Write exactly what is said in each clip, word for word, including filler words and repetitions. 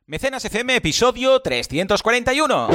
Mecenas F M, episodio trescientos cuarenta y uno.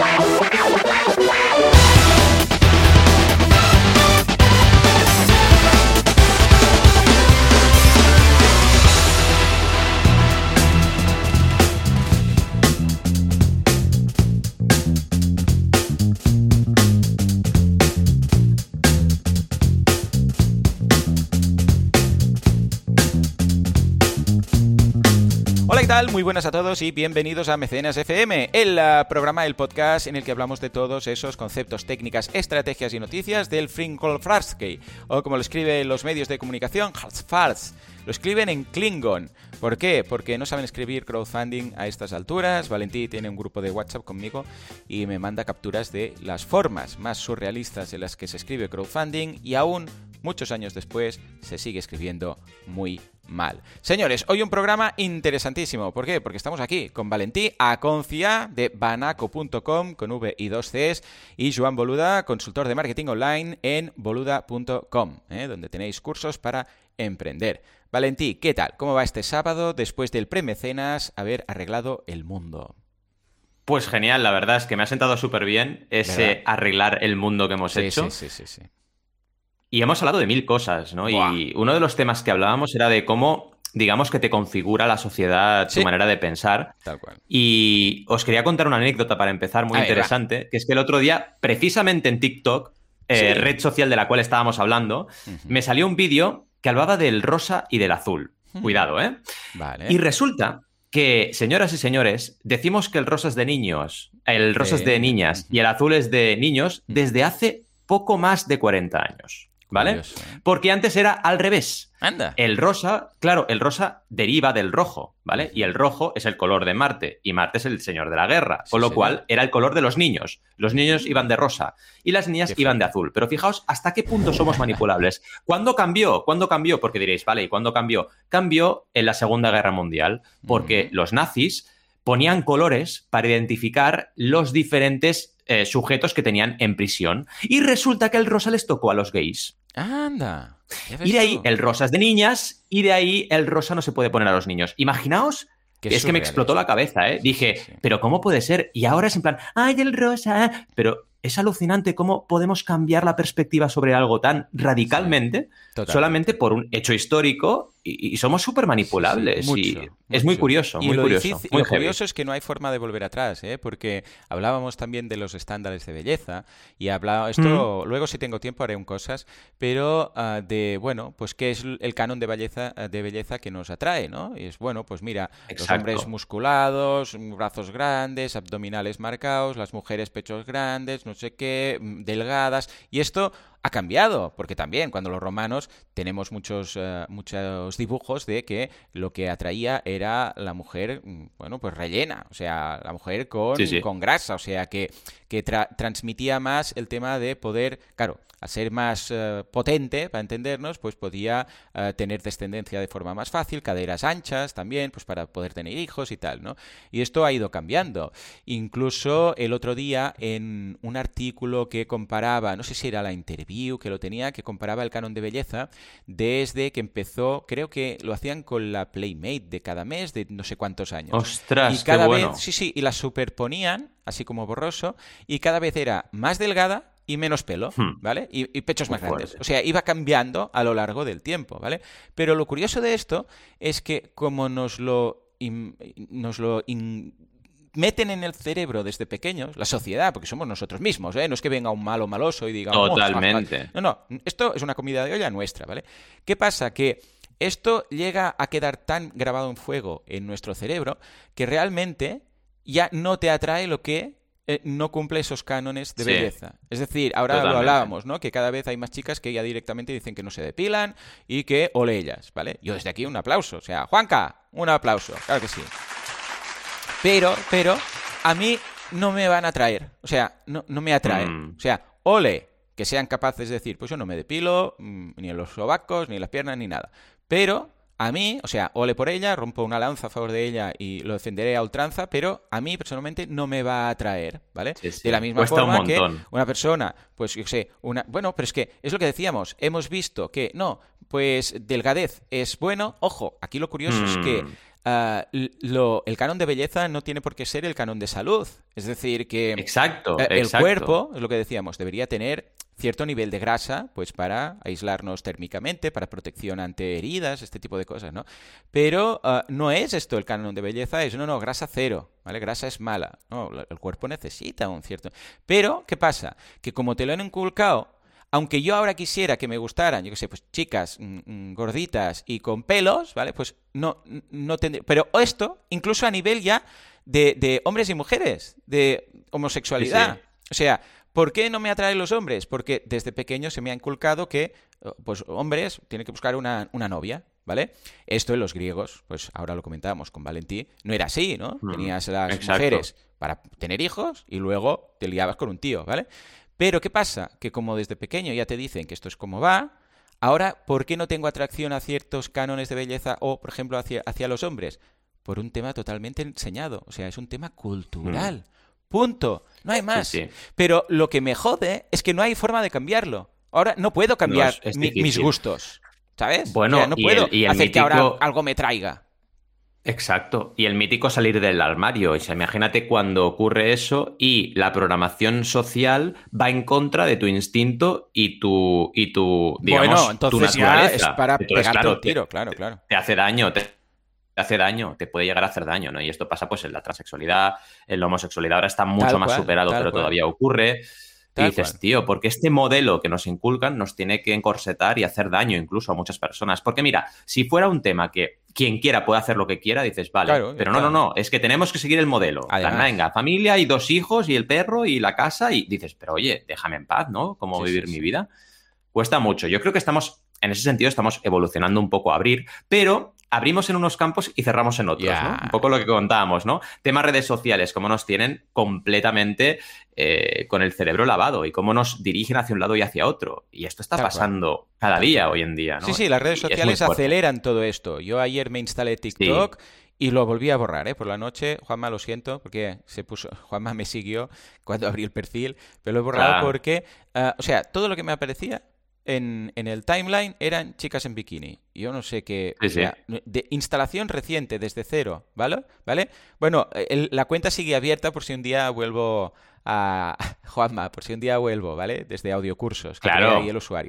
Hola, ¿qué tal? Muy buenas a todos y bienvenidos a Mecenas F M, el uh, programa, el podcast en el que hablamos de todos esos conceptos, técnicas, estrategias y noticias del Frinkolfrarsky, o como lo escriben los medios de comunicación, Harzfars. Lo escriben en Klingon. ¿Por qué? Porque no saben escribir crowdfunding a estas alturas. Valentí tiene un grupo de WhatsApp conmigo y me manda capturas de las formas más surrealistas en las que se escribe crowdfunding y aún, muchos años después, se sigue escribiendo muy mal. Señores, hoy un programa interesantísimo. ¿Por qué? Porque estamos aquí con Valentí Aconcia de banaco punto com con V y dos Cs y Joan Boluda, consultor de marketing online en boluda punto com, ¿eh? donde tenéis cursos para emprender. Valentí, ¿qué tal? ¿Cómo va este sábado después del premecenas haber arreglado el mundo? Pues genial, la verdad es que me ha sentado súper bien ese ¿verdad? Arreglar el mundo que hemos sí, hecho. Sí, sí, sí, sí. Y hemos hablado de mil cosas, ¿no? Buah. Y uno de los temas que hablábamos era de cómo, digamos, que te configura la sociedad, sí. tu manera de pensar. Tal cual. Y os quería contar una anécdota para empezar muy Ahí interesante, va. Que es que el otro día, precisamente en TikTok, eh, sí. red social de la cual estábamos hablando, uh-huh. me salió un vídeo que hablaba del rosa y del azul. Uh-huh. Cuidado, ¿eh? Vale. Y resulta que, señoras y señores, decimos que el rosa es de niños, el rosa sí. es de niñas uh-huh. y el azul es de niños uh-huh. desde hace poco más de cuarenta años. ¿Vale? Curioso, ¿eh? Porque antes era al revés. Anda. El rosa, claro, el rosa deriva del rojo, ¿vale? Y el rojo es el color de Marte, y Marte es el señor de la guerra, sí, con lo señor. cual era el color de los niños. Los niños iban de rosa y las niñas qué iban de azul. Pero fijaos hasta qué punto somos manipulables. ¿Cuándo cambió? ¿Cuándo cambió? Porque diréis, vale, ¿y cuándo cambió? Cambió en la Segunda Guerra Mundial, porque mm. los nazis ponían colores para identificar los diferentes Eh, sujetos que tenían en prisión. Y resulta que el rosa les tocó a los gays. ¡Anda! Y de ahí tú? el rosa es de niñas y de ahí el rosa no se puede poner a los niños. Imaginaos, que es que me explotó la cabeza, ¿eh? Dije, sí, sí. ¿pero cómo puede ser? Y ahora es en plan, ¡ay, el rosa! Pero es alucinante cómo podemos cambiar la perspectiva sobre algo tan radicalmente sí, solamente por un hecho histórico y, y somos súper manipulables. Sí, sí, mucho, y mucho. Es muy curioso, y muy lo curioso. Difícil, muy lo curioso es que no hay forma de volver atrás, ¿eh? Porque hablábamos también de los estándares de belleza y hablaba, esto mm. luego si tengo tiempo haré un cosas, pero uh, de, bueno, pues qué es el canon de belleza, de belleza que nos atrae, ¿no? Y es, bueno, pues mira, Exacto. los hombres musculados, brazos grandes, abdominales marcados, las mujeres pechos grandes, no sé qué, delgadas, y esto ha cambiado, porque también cuando los romanos tenemos muchos, uh, muchos dibujos de que lo que atraía era la mujer, bueno, pues rellena, o sea, la mujer con, sí, sí. con grasa, o sea, que, que tra- transmitía más el tema de poder, claro, al ser más uh, potente, para entendernos, pues podía uh, tener descendencia de forma más fácil, caderas anchas también, pues para poder tener hijos y tal, ¿no? Y esto ha ido cambiando. Incluso el otro día en un artículo que comparaba, no sé si era la Interview que lo tenía, que comparaba el canon de belleza desde que empezó, creo que lo hacían con la Playmate de cada mes, de no sé cuántos años. ¡Ostras, y cada qué bueno! vez, sí, sí, y la superponían, así como borroso, y cada vez era más delgada y menos pelo, ¿vale? Y, y pechos más grandes. O sea, iba cambiando a lo largo del tiempo, ¿vale? Pero lo curioso de esto es que como nos lo, in, nos lo in, meten en el cerebro desde pequeños, la sociedad, porque somos nosotros mismos, ¿eh? No es que venga un malo maloso y diga... Totalmente. Oh, no, no, esto es una comida de olla nuestra, ¿vale? ¿Qué pasa? Que esto llega a quedar tan grabado en fuego en nuestro cerebro que realmente ya no te atrae lo que... Eh, no cumple esos cánones de sí. belleza. Es decir, ahora Totalmente. lo hablábamos, ¿no? Que cada vez hay más chicas que ya directamente dicen que no se depilan y que ole ellas, ¿vale? Yo desde aquí un aplauso. O sea, Juanca, un aplauso. Claro que sí. Pero, pero, a mí no me van a atraer. O sea, no, no me atraen. Mm. O sea, ole, que sean capaces de decir, pues yo no me depilo, mmm, ni en los sobacos, ni en las piernas, ni nada. Pero... a mí, o sea, ole por ella, rompo una lanza a favor de ella y lo defenderé a ultranza, pero a mí personalmente no me va a atraer, ¿vale? Sí, sí. De la misma Cuesta forma un que montón. una persona, pues yo sé, una, bueno, pero es que es lo que decíamos, hemos visto que no, pues delgadez es bueno, ojo, aquí lo curioso mm. es que uh, lo, el canon de belleza no tiene por qué ser el canon de salud. Es decir, que exacto, uh, el exacto. cuerpo, es lo que decíamos, debería tener cierto nivel de grasa, pues para aislarnos térmicamente, para protección ante heridas, este tipo de cosas, ¿no? Pero uh, no es esto el canon de belleza, es no, no, grasa cero, ¿vale? Grasa es mala. No, el cuerpo necesita un cierto... Pero, ¿qué pasa? Que como te lo han inculcado, aunque yo ahora quisiera que me gustaran, yo qué sé, pues chicas mm, gorditas y con pelos, ¿vale? Pues no, no tendría... Pero esto, incluso a nivel ya de, de hombres y mujeres, de homosexualidad. Sí, sí. O sea, ¿por qué no me atraen los hombres? Porque desde pequeño se me ha inculcado que, pues, hombres tienen que buscar una, una novia, ¿vale? Esto en los griegos, pues ahora lo comentábamos con Valentí, no era así, ¿no? Mm, Tenías las exacto. mujeres para tener hijos y luego te liabas con un tío, ¿vale? Pero ¿qué pasa? Que como desde pequeño ya te dicen que esto es como va, ahora, ¿por qué no tengo atracción a ciertos cánones de belleza o, por ejemplo, hacia, hacia los hombres? Por un tema totalmente enseñado, o sea, es un tema cultural. Mm. Punto. No hay más. Sí, sí. Pero lo que me jode es que no hay forma de cambiarlo. Ahora no puedo cambiar no, es, es mi, mis gustos, ¿sabes? Bueno, o sea, no puedo el, y el hacer mítico... que ahora algo me traiga. Exacto. Y el mítico salir del armario. O sea, imagínate cuando ocurre eso y la programación social va en contra de tu instinto y tu, y tu digamos, bueno, entonces tu naturaleza. Ya es para entonces, pegarte claro, un tiro, te, claro, claro. Te hace daño, te, te hace daño, te puede llegar a hacer daño, ¿no? Y esto pasa pues en la transexualidad, en la homosexualidad ahora está mucho tal más cual, superado, pero cual. todavía ocurre. Y Tal dices, cual. tío, porque este modelo que nos inculcan nos tiene que encorsetar y hacer daño incluso a muchas personas. Porque mira, si fuera un tema que quien quiera puede hacer lo que quiera, dices, vale, claro, pero no, no, no, es que tenemos que seguir el modelo. La, venga, familia y dos hijos y el perro y la casa y dices, pero oye, déjame en paz, ¿no? ¿Cómo sí, vivir sí, mi sí. vida? Cuesta mucho. Yo creo que estamos, en ese sentido, estamos evolucionando un poco a abrir, pero abrimos en unos campos y cerramos en otros, yeah. ¿no? Un poco lo que contábamos, ¿no? Tema redes sociales, cómo nos tienen completamente eh, con el cerebro lavado y cómo nos dirigen hacia un lado y hacia otro. Y esto está Tal pasando cual. cada Tal día cual. hoy en día, ¿no? Sí, sí, las redes sociales aceleran todo esto. Yo ayer me instalé TikTok sí. y lo volví a borrar, ¿eh? Por la noche. Juanma, lo siento, porque se puso... Juanma me siguió cuando abrí el perfil, pero lo he borrado ah. porque... Uh, o sea, todo lo que me aparecía En, en el timeline eran chicas en bikini. Yo no sé qué... Sí, sí. O sea, de instalación reciente, desde cero, ¿vale? ¿Vale? Bueno, el, la cuenta sigue abierta por si un día vuelvo a... Juanma, por si un día vuelvo, ¿vale? Desde Audiocursos, que claro. ahí el usuario.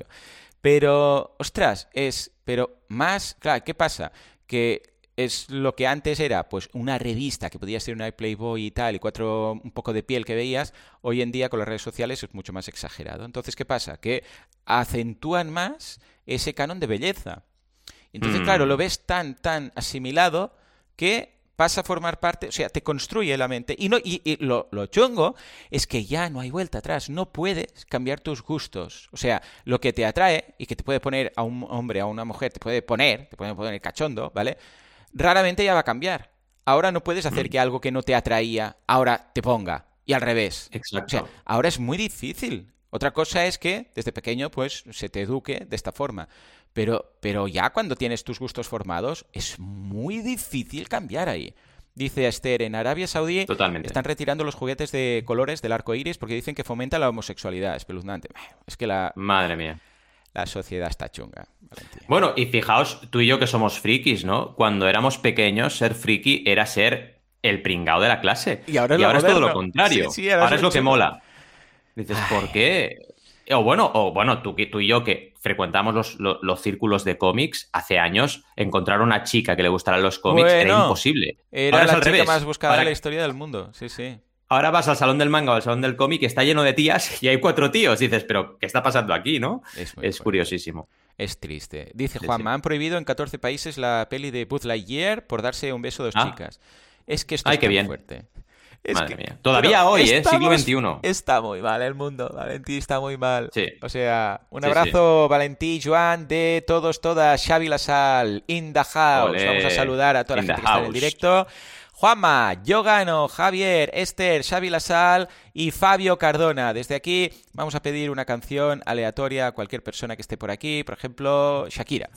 Pero, ostras, es... Pero más... Claro, ¿qué pasa? Que... Es lo que antes era pues una revista que podía ser una Playboy y tal, y cuatro un poco de piel que veías, hoy en día con las redes sociales es mucho más exagerado. Entonces, ¿qué pasa? Que acentúan más ese canon de belleza. Entonces, mm. claro, lo ves tan, tan asimilado que pasa a formar parte, o sea, te construye la mente. Y, no, y, y lo, lo chungo es que ya no hay vuelta atrás, no puedes cambiar tus gustos. O sea, lo que te atrae y que te puede poner a un hombre, a una mujer, te puede poner, te puede poner cachondo, ¿vale? Raramente ya va a cambiar. Ahora no puedes hacer que algo que no te atraía ahora te ponga. Y al revés. Exacto. O sea, ahora es muy difícil. Otra cosa es que desde pequeño pues se te eduque de esta forma. Pero, pero ya cuando tienes tus gustos formados es muy difícil cambiar ahí. Dice Esther, en Arabia Saudí Totalmente. están retirando los juguetes de colores del arco iris porque dicen que fomenta la homosexualidad. Espeluznante. Es que la... Madre mía. La sociedad está chunga. Valentía. Bueno, y fijaos, tú y yo que somos frikis, ¿no? Cuando éramos pequeños, ser friki era ser el pringao de la clase. Y ahora, y ahora es todo lo contrario. Sí, sí, ahora, ahora es lo chulo. que mola. Dices, Ay. ¿por qué? O bueno, o bueno, tú, tú y yo que frecuentamos los, los, los círculos de cómics, hace años encontrar una chica que le gustaran los cómics bueno, era imposible. Era ahora la es al chica revés. más buscada ahora... de la historia del mundo. Sí, sí. Ahora vas al salón del manga o al salón del cómic y está lleno de tías y hay cuatro tíos. Y dices, pero ¿qué está pasando aquí, no? Es, es curiosísimo. Es triste. Dice Sí, Juanma, sí. han prohibido en catorce países la peli de Buzz Lightyear por darse un beso a dos Ah. chicas. Es que esto Ay, es qué tan bien. fuerte. Es Madre que... mía. Todavía Pero hoy, ¿eh? estamos... siglo veintiuno. Está muy mal el mundo, Valentí, está muy mal. Sí. O sea, un Sí, abrazo, sí. Valentí, Joan, de todos, todas, Xavi Lasal, in the house. Olé. Vamos a saludar a toda la In gente the que está en el house. directo. Juanma, Yogano, Javier, Esther, Xavi Lasal y Fabio Cardona. Desde aquí vamos a pedir una canción aleatoria a cualquier persona que esté por aquí. Por ejemplo, Shakira.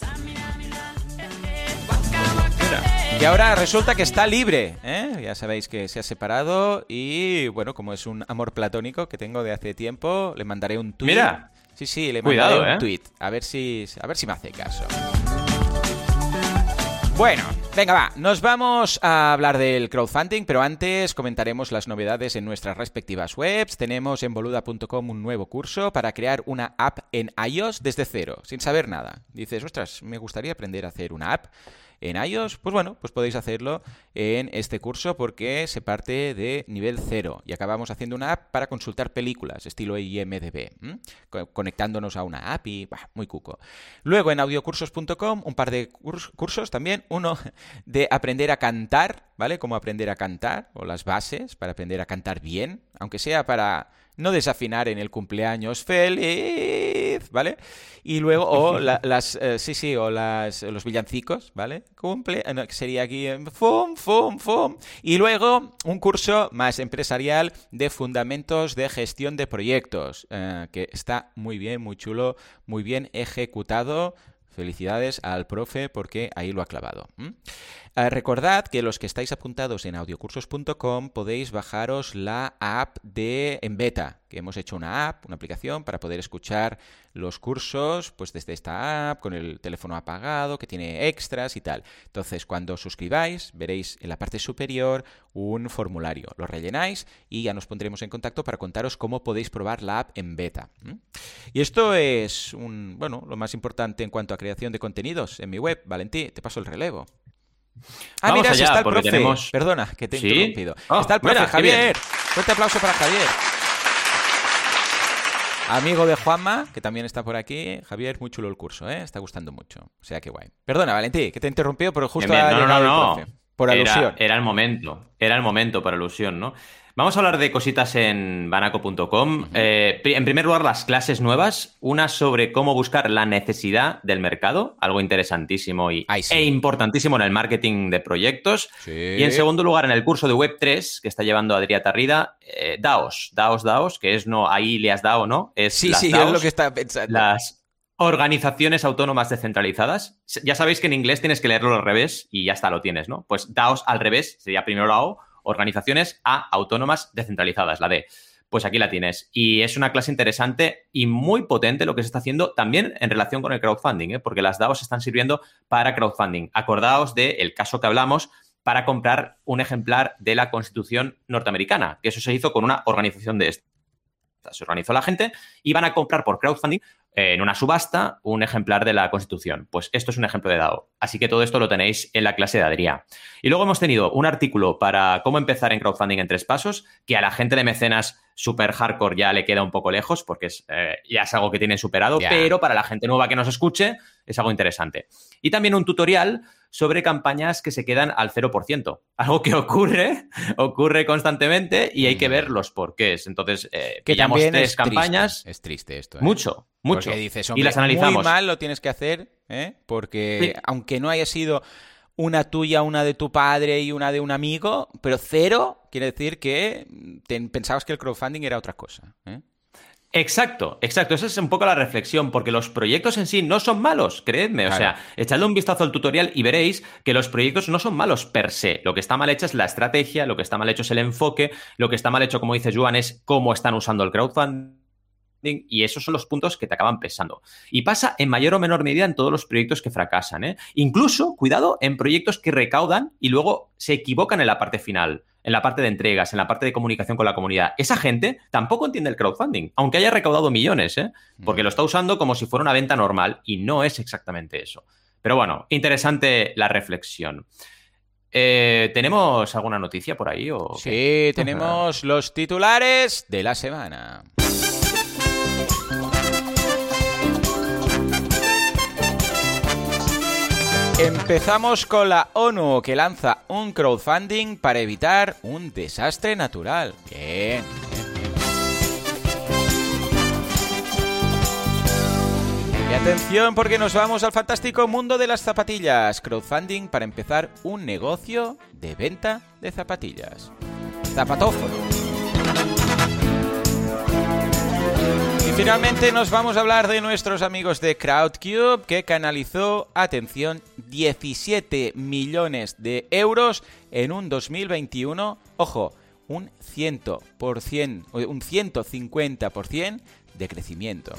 Y ahora resulta que está libre, ¿eh? Ya sabéis que se ha separado y, bueno, como es un amor platónico que tengo de hace tiempo, le mandaré un tuit. Mira. Sí, sí, le mandaré Cuidado, un ¿eh? tuit. A ver si, a ver si me hace caso. Bueno. Venga, va, nos vamos a hablar del crowdfunding, pero antes comentaremos las novedades en nuestras respectivas webs. Tenemos en boluda punto com un nuevo curso para crear una app en iOS desde cero, sin saber nada. Dices, ostras, me gustaría aprender a hacer una app en iOS. Pues bueno, pues podéis hacerlo en este curso porque se parte de nivel cero y acabamos haciendo una app para consultar películas, estilo I M D B, ¿m? conectándonos a una A P I, bah, muy cuco. Luego en audiocursos punto com un par de curs- cursos también, uno de aprender a cantar, ¿vale? Cómo aprender a cantar, o las bases para aprender a cantar bien, aunque sea para no desafinar en el cumpleaños feliz, ¿vale? Y luego, o la, las, eh, sí, sí, o las, los villancicos, ¿vale? Cumple, no, que sería aquí, eh, fum, fum, fum. Y luego un curso más empresarial de fundamentos de gestión de proyectos, eh, que está muy bien, muy chulo, muy bien ejecutado. Felicidades al profe porque ahí lo ha clavado. ¿Mm? Eh, recordad que los que estáis apuntados en audiocursos punto com podéis bajaros la app de en beta, que hemos hecho una app, una aplicación para poder escuchar los cursos pues desde esta app, con el teléfono apagado, que tiene extras y tal. Entonces, cuando os suscribáis, veréis en la parte superior un formulario. Lo rellenáis y ya nos pondremos en contacto para contaros cómo podéis probar la app en beta. ¿Mm? Y esto es un, bueno, lo más importante en cuanto a creación de contenidos en mi web. Valentí, te paso el relevo. Ah, Vamos mira, si allá, está el porque profe. tenemos... Perdona, que te he ¿Sí? interrumpido. Oh, está el profe, mira, qué Javier. bien. Fuerte aplauso para Javier. Amigo de Juanma, que también está por aquí. Javier, muy chulo el curso, ¿eh? Está gustando mucho. O sea, qué guay. Perdona, Valentí, que te he interrumpido, pero justo Bien, bien. ha No, no, llegado no, el profe. Por alusión. Era, era el momento, era el momento por alusión, ¿no? Vamos a hablar de cositas en banaco punto com. Uh-huh. Eh, en primer lugar, las clases nuevas. Una sobre cómo buscar la necesidad del mercado, algo interesantísimo y, Ay, sí. e importantísimo en el marketing de proyectos. Sí. Y en segundo lugar, en el curso de web tres que está llevando Adrià Tarrida, eh, DAOs, DAOs, DAOs, que es no ahí le has dado, ¿no? Es sí, las sí, DAOs, es lo que estaba pensando. Las organizaciones autónomas descentralizadas. Ya sabéis que en inglés tienes que leerlo al revés y ya está, lo tienes, ¿no? Pues DAOs al revés, sería primero la O, organizaciones A autónomas descentralizadas, la D. Pues aquí la tienes. Y es una clase interesante y muy potente lo que se está haciendo también en relación con el crowdfunding, ¿eh? Porque las DAOs están sirviendo para crowdfunding. Acordaos del caso que hablamos para comprar un ejemplar de la Constitución norteamericana, que eso se hizo con una organización de esta. Se organizó la gente y van a comprar por crowdfunding eh, en una subasta un ejemplar de la Constitución. Pues esto es un ejemplo de DAO. Así que todo esto lo tenéis en la clase de Adrià. Y luego hemos tenido un artículo para cómo empezar en crowdfunding en tres pasos, que a la gente de mecenas super hardcore ya le queda un poco lejos porque es, eh, ya es algo que tienen superado, yeah. Pero para la gente nueva que nos escuche es algo interesante. Y también un tutorial sobre campañas que se quedan al cero por ciento. Algo que ocurre, ocurre constantemente y hay que ver los porqués. Entonces, eh, que pillamos también tres es campañas. Triste, es triste esto. ¿eh? Mucho, mucho. Porque dices, hombre, y las analizamos. Muy mal lo tienes que hacer, ¿eh? Porque sí. Aunque no haya sido una tuya, una de tu padre y una de un amigo, pero cero quiere decir que te pensabas que el crowdfunding era otra cosa, ¿eh? Exacto, exacto. Esa es un poco la reflexión, porque los proyectos en sí no son malos, creedme. Claro. O sea, echadle un vistazo al tutorial y veréis que los proyectos no son malos per se. Lo que está mal hecho es la estrategia, lo que está mal hecho es el enfoque, lo que está mal hecho, como dice Joan, es cómo están usando el crowdfunding. Y esos son los puntos que te acaban pesando. Y pasa en mayor o menor medida en todos los proyectos que fracasan, ¿eh? Incluso, cuidado, en proyectos que recaudan y luego se equivocan en la parte final, en la parte de entregas, en la parte de comunicación con la comunidad. Esa gente tampoco entiende el crowdfunding, aunque haya recaudado millones, ¿eh? Porque lo está usando como si fuera una venta normal y no es exactamente eso. Pero bueno, interesante la reflexión. Eh, ¿Tenemos alguna noticia por ahí? ¿O sí, qué? Tenemos los titulares de la semana. Empezamos con la ONU, que lanza un crowdfunding para evitar un desastre natural. Bien, bien, bien. Y atención, porque nos vamos al fantástico mundo de las zapatillas. Crowdfunding para empezar un negocio de venta de zapatillas. Zapatófono. Y finalmente nos vamos a hablar de nuestros amigos de Crowdcube, que canalizó, atención, diecisiete millones de euros en un dos mil veintiuno. Ojo, un cien por ciento, un ciento cincuenta por ciento de crecimiento.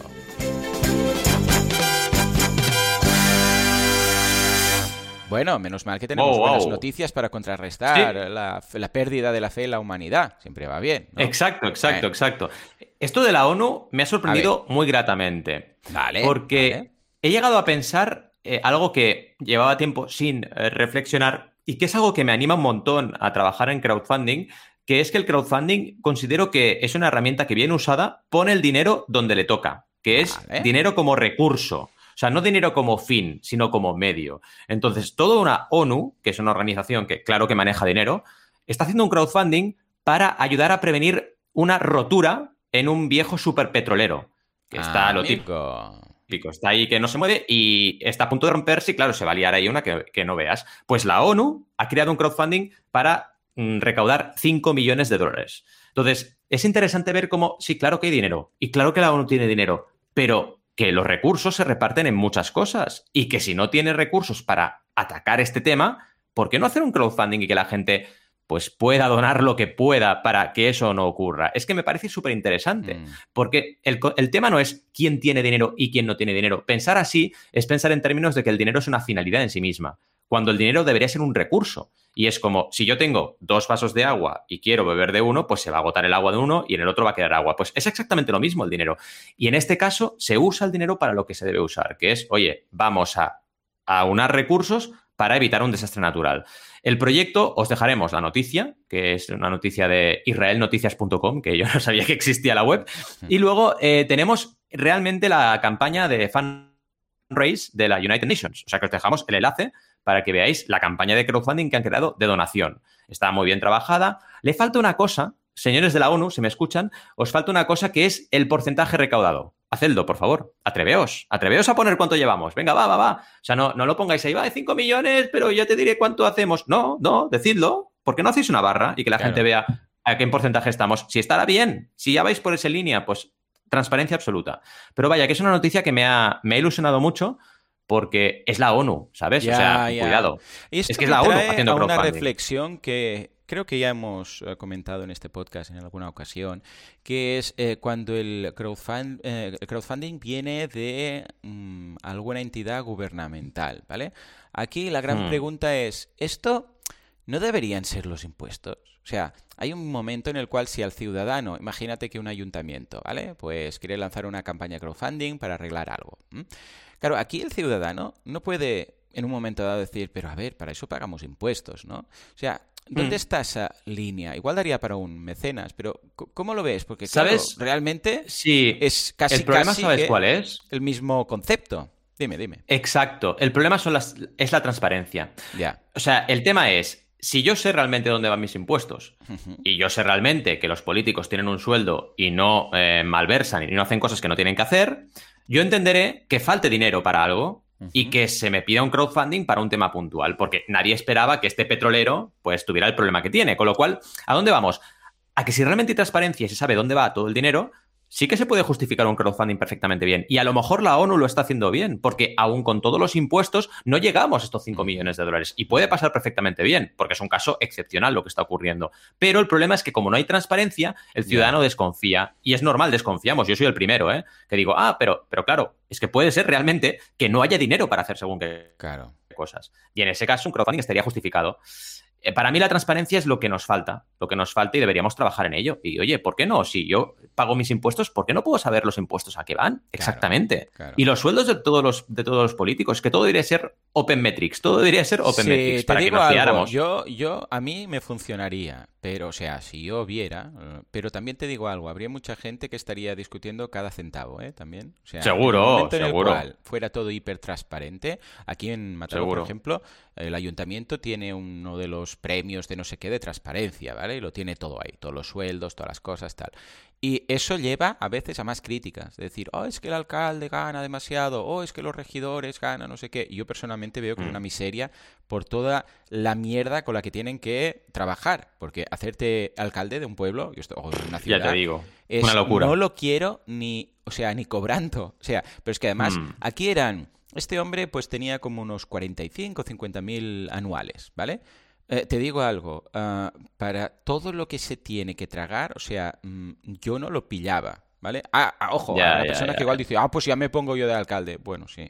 Bueno, menos mal que tenemos wow, buenas wow. noticias para contrarrestar Sí. la, la pérdida de la fe en la humanidad. Siempre va bien, ¿no? Exacto, exacto, Bueno, exacto. Esto de la ONU me ha sorprendido muy gratamente, vale, porque vale. he llegado a pensar eh, algo que llevaba tiempo sin eh, reflexionar y que es algo que me anima un montón a trabajar en crowdfunding, que es que el crowdfunding considero que es una herramienta que bien usada pone el dinero donde le toca, que es Vale. dinero como recurso. O sea, no dinero como fin, sino como medio. Entonces, toda una ONU, que es una organización que claro que maneja dinero, está haciendo un crowdfunding para ayudar a prevenir una rotura en un viejo superpetrolero, que está lo Amigo. típico, está ahí que no se mueve y está a punto de romperse y claro, se va a liar ahí una que, que no veas. Pues la ONU ha creado un crowdfunding para mm, recaudar cinco millones de dólares. Entonces, es interesante ver cómo, sí, claro que hay dinero y claro que la ONU tiene dinero, pero que los recursos se reparten en muchas cosas y que si no tiene recursos para atacar este tema, ¿por qué no hacer un crowdfunding y que la gente pues pueda donar lo que pueda para que eso no ocurra? Es que me parece súper interesante, Mm. porque el, el tema no es quién tiene dinero y quién no tiene dinero. Pensar así es pensar en términos de que el dinero es una finalidad en sí misma, cuando el dinero debería ser un recurso. Y es como, si yo tengo dos vasos de agua y quiero beber de uno, pues se va a agotar el agua de uno y en el otro va a quedar agua. Pues es exactamente lo mismo el dinero. Y en este caso se usa el dinero para lo que se debe usar, que es, oye, vamos a aunar recursos para evitar un desastre natural. El proyecto, os dejaremos la noticia, que es una noticia de israel noticias punto com, que yo no sabía que existía la web. Y luego eh, tenemos realmente la campaña de fundraise de la United Nations. O sea que os dejamos el enlace para que veáis la campaña de crowdfunding que han creado de donación. Está muy bien trabajada. Le falta una cosa, señores de la ONU, si me escuchan, os falta una cosa que es el porcentaje recaudado. Hacedlo, por favor. Atreveos. Atreveos a poner cuánto llevamos. Venga, va, va, va. O sea, no, no lo pongáis ahí, va, de cinco millones, pero ya te diré cuánto hacemos. No, no, decidlo. ¿Por qué no hacéis una barra y que la Claro. gente vea a qué porcentaje estamos? Si estará bien, si ya vais por esa línea, pues transparencia absoluta. Pero vaya, que es una noticia que me ha, me ha ilusionado mucho porque es la ONU, ¿sabes? Ya, o sea, ya. cuidado. Esto Es que es me la ONU trae haciendo a una crowdfunding. reflexión que creo que ya hemos eh, comentado en este podcast en alguna ocasión, que es eh, cuando el, crowdfund, eh, el crowdfunding viene de mm, alguna entidad gubernamental, ¿vale? Aquí la gran Hmm. pregunta es, ¿esto no deberían ser los impuestos? O sea, hay un momento en el cual si al ciudadano, imagínate que un ayuntamiento, ¿vale? Pues quiere lanzar una campaña de crowdfunding para arreglar algo. ¿m? Claro, aquí el ciudadano no puede en un momento dado decir, pero a ver, para eso pagamos impuestos, ¿no? O sea, ¿dónde Mm. está esa línea? Igual daría para un mecenas, pero c- ¿cómo lo ves? Porque claro, ¿Sabes? realmente Sí. es casi, El problema, casi ¿sabes que cuál es? el mismo concepto. Dime, dime. Exacto. El problema son las, es la transparencia. Ya. O sea, el tema es, si yo sé realmente dónde van mis impuestos y yo sé realmente que los políticos tienen un sueldo y no eh, malversan y no hacen cosas que no tienen que hacer, yo entenderé que falte dinero para algo y que se me pida un crowdfunding para un tema puntual, porque nadie esperaba que este petrolero pues tuviera el problema que tiene. Con lo cual, ¿a dónde vamos? A que si realmente hay transparencia y se sabe dónde va todo el dinero, sí que se puede justificar un crowdfunding perfectamente bien. Y a lo mejor la ONU lo está haciendo bien, porque aún con todos los impuestos no llegamos a estos cinco millones de dólares. Y puede pasar perfectamente bien, porque es un caso excepcional lo que está ocurriendo. Pero el problema es que como no hay transparencia, el ciudadano Ya. desconfía. Y es normal, desconfiamos. Yo soy el primero, ¿eh? Que digo, ah, pero, pero claro, es que puede ser realmente que no haya dinero para hacer según qué Claro. cosas. Y en ese caso un crowdfunding estaría justificado. Eh, Para mí la transparencia es lo que nos falta, lo que nos falta y deberíamos trabajar en ello. Y oye, ¿por qué no? Si yo pago mis impuestos, ¿por qué no puedo saber los impuestos a qué van? Exactamente. claro. Y los sueldos de todos los, de todos los políticos, que todo debería ser Open Metrics, todo debería ser Open Sí, Metrics te para que digo nos algo, fiáramos. yo, yo, a mí me funcionaría, pero, o sea, si yo viera, eh, pero también te digo algo, habría mucha gente que estaría discutiendo cada centavo, ¿eh? También, o sea, Seguro, en el momento en seguro. el cual fuera todo hiper transparente, aquí en Mataró, Seguro. por ejemplo, el ayuntamiento tiene uno de los premios de no sé qué de transparencia, ¿vale? Y lo tiene todo ahí, todos los sueldos, todas las cosas, tal. Y eso lleva a veces a más críticas, de decir, oh, es que el alcalde gana demasiado, oh, es que los regidores ganan no sé qué. Y yo personalmente veo que es Mm. una miseria por toda la mierda con la que tienen que trabajar, porque hacerte alcalde de un pueblo yo estoy- o de una Ya ciudad te digo, es, una locura. no lo quiero ni, o sea, ni cobrando, o sea, pero es que además Mm. aquí eran, este hombre pues tenía como unos cuarenta y cinco, cincuenta mil anuales, ¿vale? Eh, te digo algo, ah, para todo lo que se tiene que tragar, o sea, mm, yo no lo pillaba, ¿vale? Ah, ah, ojo, Ya, a la ya, persona ya, que igual ya. dice, ah, pues ya me pongo yo de alcalde. Bueno, sí,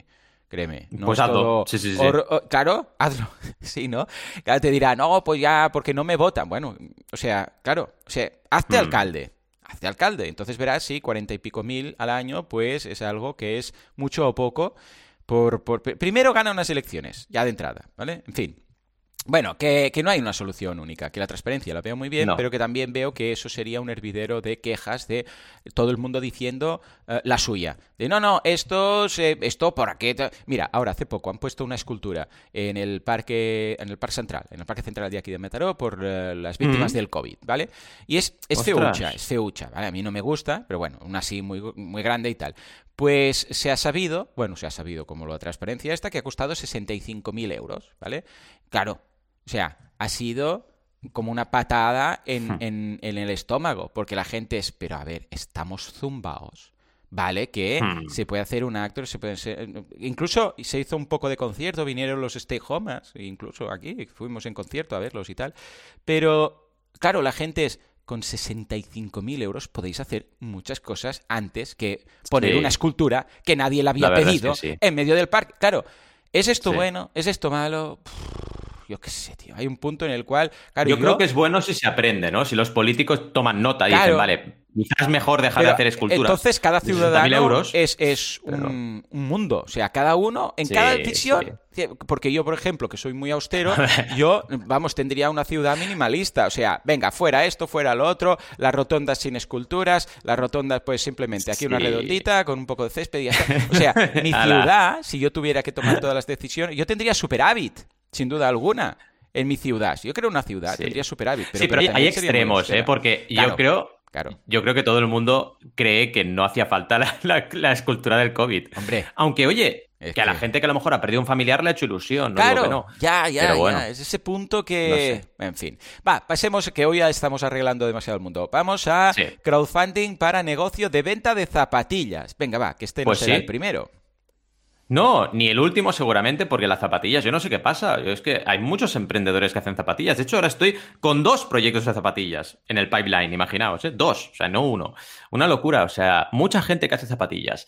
créeme. No pues es hazlo. todo Sí, sí, sí. or- or- claro, hazlo. Sí, ¿no? Claro, te dirán, no, pues ya, porque no me votan. Bueno, o sea, claro, o sea, hazte Hmm. alcalde. Hazte alcalde. Entonces verás si cuarenta y pico mil al año, pues es algo que es mucho o poco. Por, por... Primero gana unas elecciones, ya de entrada, ¿vale? En fin. Bueno, que, que no hay una solución única, que la transparencia la veo muy bien, No. pero que también veo que eso sería un hervidero de quejas de todo el mundo diciendo eh, la suya. De no, no, esto, se, esto por aquí... ta-". Mira, ahora hace poco han puesto una escultura en el parque, en el Parque Central, en el Parque Central de aquí de Mataró, por eh, las víctimas Mm. del COVID, ¿vale? Y es, es Ostras. feucha, es feucha, ¿vale? A mí no me gusta, pero bueno, una así muy, muy grande y tal. Pues se ha sabido, bueno, se ha sabido como la transparencia esta, que ha costado sesenta y cinco mil euros, ¿vale? Claro, o sea, ha sido como una patada en, en, en el estómago, porque la gente es, pero a ver, estamos zumbaos, ¿vale? Que Hmm. se puede hacer un acto, se puede ser... Incluso se hizo un poco de concierto, vinieron los Stay Homers, incluso aquí, fuimos en concierto a verlos y tal, pero, claro, la gente es... Con sesenta y cinco mil euros podéis hacer muchas cosas antes que poner Sí. una escultura que nadie le había La verdad es pedido que sí. en medio del parque. Claro, ¿es esto Sí. bueno? ¿Es esto malo? Pff, yo qué sé, tío. Hay un punto en el cual... Claro, Yo yo creo que es bueno si se aprende, ¿no? Si los políticos toman nota y Claro. dicen, vale, quizás mejor dejar Pero, de hacer esculturas. entonces cada de sesenta mil ciudadano euros, es, es pero- un, un mundo. O sea, cada uno, en Sí, cada decisión... Porque yo, por ejemplo, que soy muy austero, yo, vamos, tendría una ciudad minimalista. O sea, venga, fuera esto, fuera lo otro, las rotondas sin esculturas, las rotondas, pues simplemente aquí una Sí. redondita con un poco de césped y ya está. O sea, mi Ala. ciudad, si yo tuviera que tomar todas las decisiones, yo tendría superávit, sin duda alguna. En mi ciudad, si yo creo una ciudad, Sí. tendría superávit. Pero sí, pero hay, también hay sería muy extremos, austera. ¿eh? Porque Claro, yo creo... Claro. Yo creo que todo el mundo cree que no hacía falta la, la- la escultura del COVID. Hombre. Aunque, oye, Es que a la que- gente que a lo mejor ha perdido un familiar le ha hecho ilusión. No Claro, digo que no. ya, ya, Pero bueno, ya. Es ese punto que... no En fin. Va, pasemos, que hoy ya estamos arreglando demasiado el mundo. Vamos a Sí. crowdfunding para negocio de venta de zapatillas. Venga, va, que este no Pues será sí. el primero. No, ni el último seguramente, porque las zapatillas, yo no sé qué pasa. Yo es que hay muchos emprendedores que hacen zapatillas. De hecho, ahora estoy con dos proyectos de zapatillas en el pipeline, imaginaos, ¿eh? Dos, o sea, no uno. Una locura, o sea, mucha gente que hace zapatillas.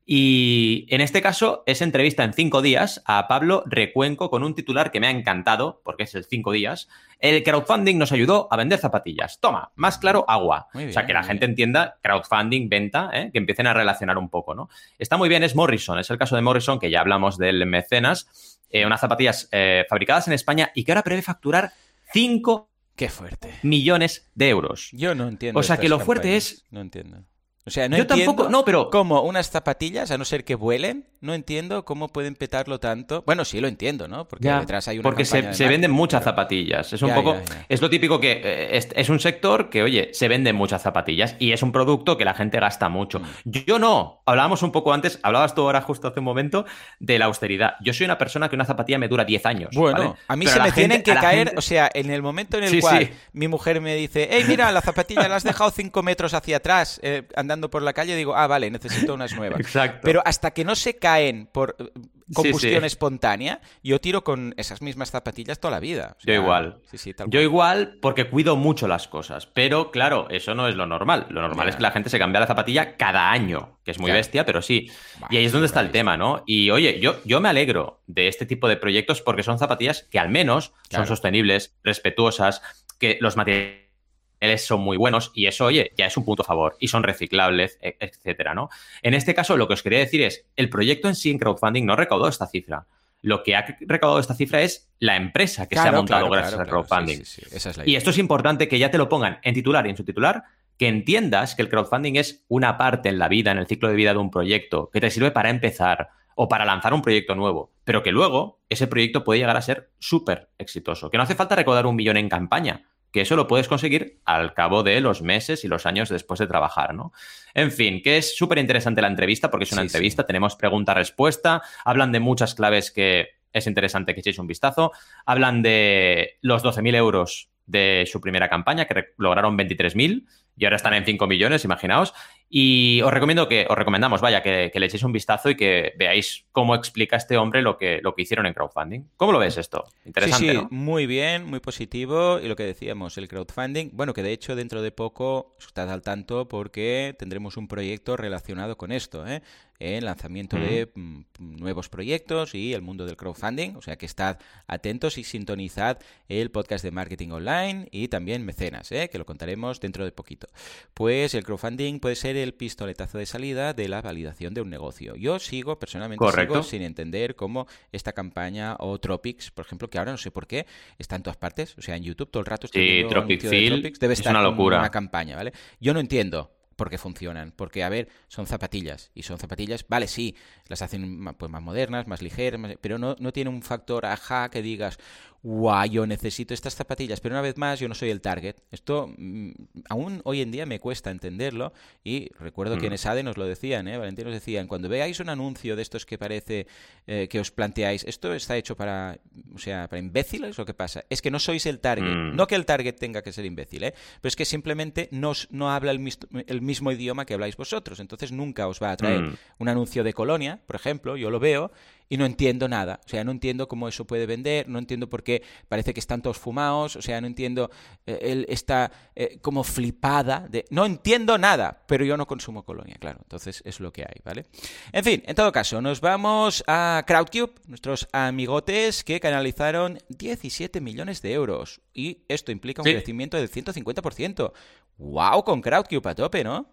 Y en este caso es entrevista en cinco días a Pablo Recuenco con un titular que me ha encantado, porque es el cinco días. El crowdfunding nos ayudó a vender zapatillas. Toma, más claro, agua. Muy bien, o sea, que la muy gente bien. entienda crowdfunding, venta, ¿eh? Que empiecen a relacionar un poco, ¿no? Está muy bien, es Morrison, es el caso de Morrison, que ya hablamos del mecenas, eh, unas zapatillas eh, fabricadas en España y que ahora prevé facturar cinco Qué fuerte. millones de euros. Yo no entiendo O sea, que estas lo fuerte campañas. es- No entiendo. O sea, no Yo entiendo tampoco- no, pero- cómo unas zapatillas, a no ser que vuelen, no entiendo cómo pueden petarlo tanto. Bueno, sí lo entiendo, ¿no? Porque Ya, detrás hay una porque campaña se, de se marketing, venden muchas pero- zapatillas. Es un Ya, poco. ya, ya. Es lo típico que eh, es, es un sector que, oye, se venden muchas zapatillas y es un producto que la gente gasta mucho. Mm. Yo no. Hablábamos un poco antes, hablabas tú ahora justo hace un momento de la austeridad. Yo soy una persona que una zapatilla me dura diez años. Bueno, ¿vale? a mí Pero se la me gente- tienen que a la caer, gente- o sea, en el momento en el Sí, cual sí. mi mujer me dice, hey, mira, la zapatilla la has dejado cinco metros hacia atrás eh, andando por la calle, digo, ah, vale, necesito unas nuevas. Exacto. Pero hasta que no se caen por eh, combustión sí. espontánea, yo tiro con esas mismas zapatillas toda la vida. O Yo sea, igual. Sí, sí, tal Yo cual. igual porque cuido mucho las cosas, pero claro, eso no es lo normal. Lo normal Ya. es que la gente se cambie la zapatilla cada año, que es muy Claro. bestia, pero sí. Bah, Y ahí es donde está el surrealista. tema, ¿no? Y oye, yo, yo me alegro de este tipo de proyectos porque son zapatillas que al menos Claro. son sostenibles, respetuosas, que los materiales son muy buenos y eso, oye, ya es un punto a favor y son reciclables, e- etcétera, ¿no? En este caso, lo que os quería decir es, el proyecto en sí en crowdfunding no recaudó esta cifra. Lo que ha recaudado esta cifra es la empresa que se ha Claro, montado claro, gracias claro, al claro, crowdfunding. sí, sí, sí, esa es la Y idea. esto es importante que ya te lo pongan en titular y en subtitular, que entiendas que el crowdfunding es una parte en la vida, en el ciclo de vida de un proyecto, que te sirve para empezar o para lanzar un proyecto nuevo, pero que luego ese proyecto puede llegar a ser súper exitoso, que no hace falta recaudar un millón en campaña, que eso lo puedes conseguir al cabo de los meses y los años después de trabajar, ¿no? En fin, que es súper interesante la entrevista, porque es una Sí, entrevista, sí. tenemos pregunta-respuesta, hablan de muchas claves que es interesante que echéis un vistazo, hablan de los doce mil euros de su primera campaña, que re- lograron veintitrés mil y ahora están en cinco millones, imaginaos, Y os recomiendo que, os recomendamos, vaya, que, que le echéis un vistazo y que veáis cómo explica este hombre lo que, lo que hicieron en crowdfunding. ¿Cómo lo ves esto? Interesante, sí, sí, ¿no? muy bien, muy positivo. Y lo que decíamos, el crowdfunding, bueno, que de hecho dentro de poco estad al tanto porque tendremos un proyecto relacionado con esto, ¿eh? El lanzamiento de mm, nuevos proyectos y el mundo del crowdfunding, o sea que estad atentos y sintonizad el podcast de Marketing Online y también Mecenas, ¿eh? Que lo contaremos dentro de poquito. Pues el crowdfunding puede ser el pistoletazo de salida de la validación de un negocio. Yo sigo, personalmente Correcto. sigo sin entender cómo esta campaña o Tropics, por ejemplo, que ahora no sé por qué está en todas partes, o sea, en YouTube todo el rato estoy Sí, viendo Tropic anuncio de Fill Tropics, debe es estar una como locura. una campaña, ¿vale? Yo no entiendo por qué funcionan, porque a ver, son zapatillas y son zapatillas, vale, sí, las hacen pues más modernas, más ligeras, más, pero no, no tiene un factor ajá que digas, guau, yo necesito estas zapatillas, pero una vez más yo no soy el target. Esto mmm, aún hoy en día me cuesta entenderlo y recuerdo mm. que en ESADE nos lo decían, ¿eh? Valentín nos decían, cuando veáis un anuncio de estos que parece eh, que os planteáis, esto está hecho para, o sea, para imbéciles, ¿o qué pasa? Es que no sois el target, mm. no que el target tenga que ser imbécil, ¿eh? Pero es que simplemente no, no habla el, mis, el mismo idioma que habláis vosotros, entonces nunca os va a traer mm. un anuncio de Colonia, por ejemplo, yo lo veo y no entiendo nada, o sea, no entiendo cómo eso puede vender, no entiendo por qué parece que están todos fumados, o sea, no entiendo, eh, él está eh, como flipada, de, no entiendo nada, pero yo no consumo Colonia, claro, entonces es lo que hay, ¿vale? En fin, en todo caso, nos vamos a Crowdcube, nuestros amigotes que canalizaron diecisiete millones de euros, y esto implica un sí. crecimiento del ciento cincuenta por ciento. ¡Wow! Con Crowdcube a tope, ¿no?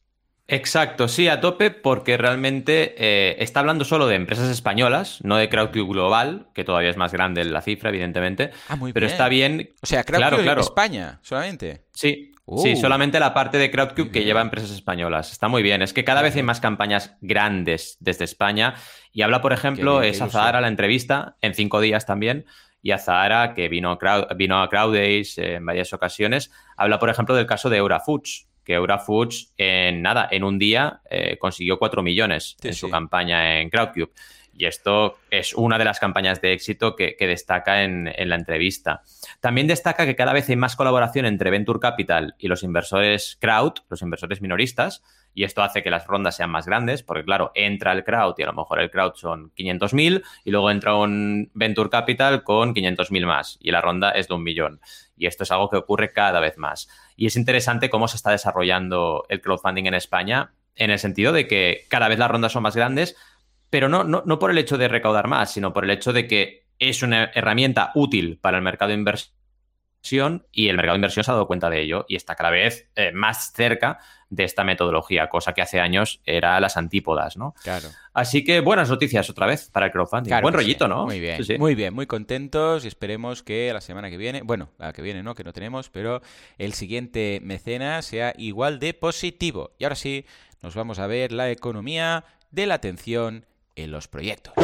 Exacto, sí, a tope, porque realmente eh, está hablando solo de empresas españolas, no de Crowdcube Global, que todavía es más grande la cifra, evidentemente. Ah, muy pero bien. Está bien. O sea, Crowdcube claro, claro. España, solamente. Sí, uh, sí, solamente la parte de Crowdcube que lleva empresas españolas. Está muy bien. Es que cada vez hay más campañas grandes desde España. Y habla, por ejemplo, bien, es a Zahara la entrevista, en cinco días también. Y a Zahara, que vino, crowd, vino a Crowdays eh, en varias ocasiones, habla, por ejemplo, del caso de Eura Foods, que Eura Foods, en nada, en un día eh, consiguió cuatro millones sí, en su sí. campaña en Crowdcube. Y esto es una de las campañas de éxito que, que destaca en, en la entrevista. También destaca que cada vez hay más colaboración entre Venture Capital y los inversores crowd, los inversores minoristas, y esto hace que las rondas sean más grandes, porque claro, entra el crowd y a lo mejor el crowd son quinientos mil y luego entra un Venture Capital con quinientos mil más y la ronda es de un millón. Y esto es algo que ocurre cada vez más. Y es interesante cómo se está desarrollando el crowdfunding en España en el sentido de que cada vez las rondas son más grandes, pero no, no, no por el hecho de recaudar más, sino por el hecho de que es una herramienta útil para el mercado de inversión y el mercado de inversión se ha dado cuenta de ello y está cada vez eh, más cerca de esta metodología, cosa que hace años era las antípodas, ¿no? Claro. Así que buenas noticias otra vez para el crowdfunding. Claro Buen rollito, sí. ¿no? Muy bien, sí, sí. muy bien, muy contentos y esperemos que la semana que viene, bueno, la que viene no, que no tenemos, pero el siguiente mecenas sea igual de positivo. Y ahora sí, nos vamos a ver la economía de la atención en los proyectos.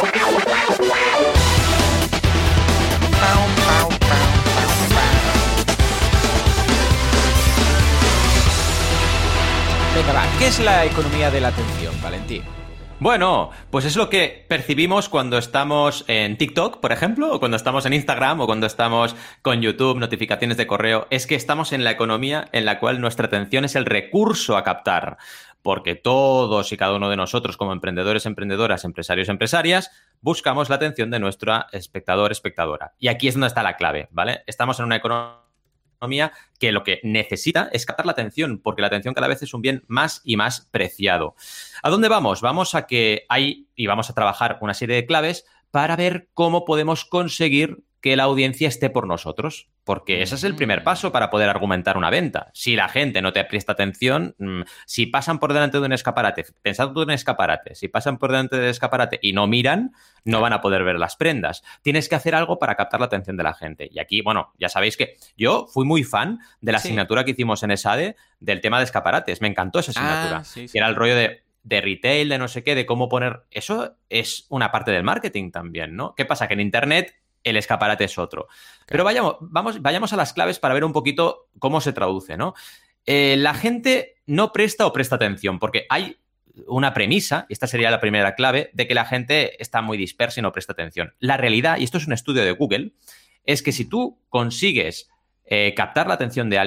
Venga, va, ¿qué es la economía de la atención, Valentín? Bueno, pues es lo que percibimos cuando estamos en TikTok, por ejemplo, o cuando estamos en Instagram, o cuando estamos con YouTube, notificaciones de correo. Es que estamos en la economía en la cual nuestra atención es el recurso a captar. Porque todos y cada uno de nosotros, como emprendedores, emprendedoras, empresarios, empresarias, buscamos la atención de nuestra espectador, espectadora. Y aquí es donde está la clave, ¿vale? Estamos en una economía que lo que necesita es captar la atención, porque la atención cada vez es un bien más y más preciado. ¿A dónde vamos? Vamos a que hay, y vamos a trabajar una serie de claves para ver cómo podemos conseguir que la audiencia esté por nosotros, porque ese es el primer paso para poder argumentar una venta. Si la gente no te presta atención, si pasan por delante de un escaparate, pensad en un escaparate, si pasan por delante del escaparate y no miran, no van a poder ver las prendas. Tienes que hacer algo para captar la atención de la gente. Y aquí, bueno, ya sabéis que yo fui muy fan de la sí. asignatura que hicimos en ESADE del tema de escaparates. Me encantó esa asignatura. Ah, sí, sí. Que era el rollo de de retail, de no sé qué, de cómo poner... Eso es una parte del marketing también, ¿no? ¿Qué pasa? Que en Internet el escaparate es otro. Claro. Pero vayamos, vamos, vayamos a las claves para ver un poquito cómo se traduce, ¿no? Eh, la gente no presta o presta atención, porque hay una premisa, y esta sería la primera clave, de que la gente está muy dispersa y no presta atención. La realidad, y esto es un estudio de Google, es que si tú consigues eh, captar la atención de alguien,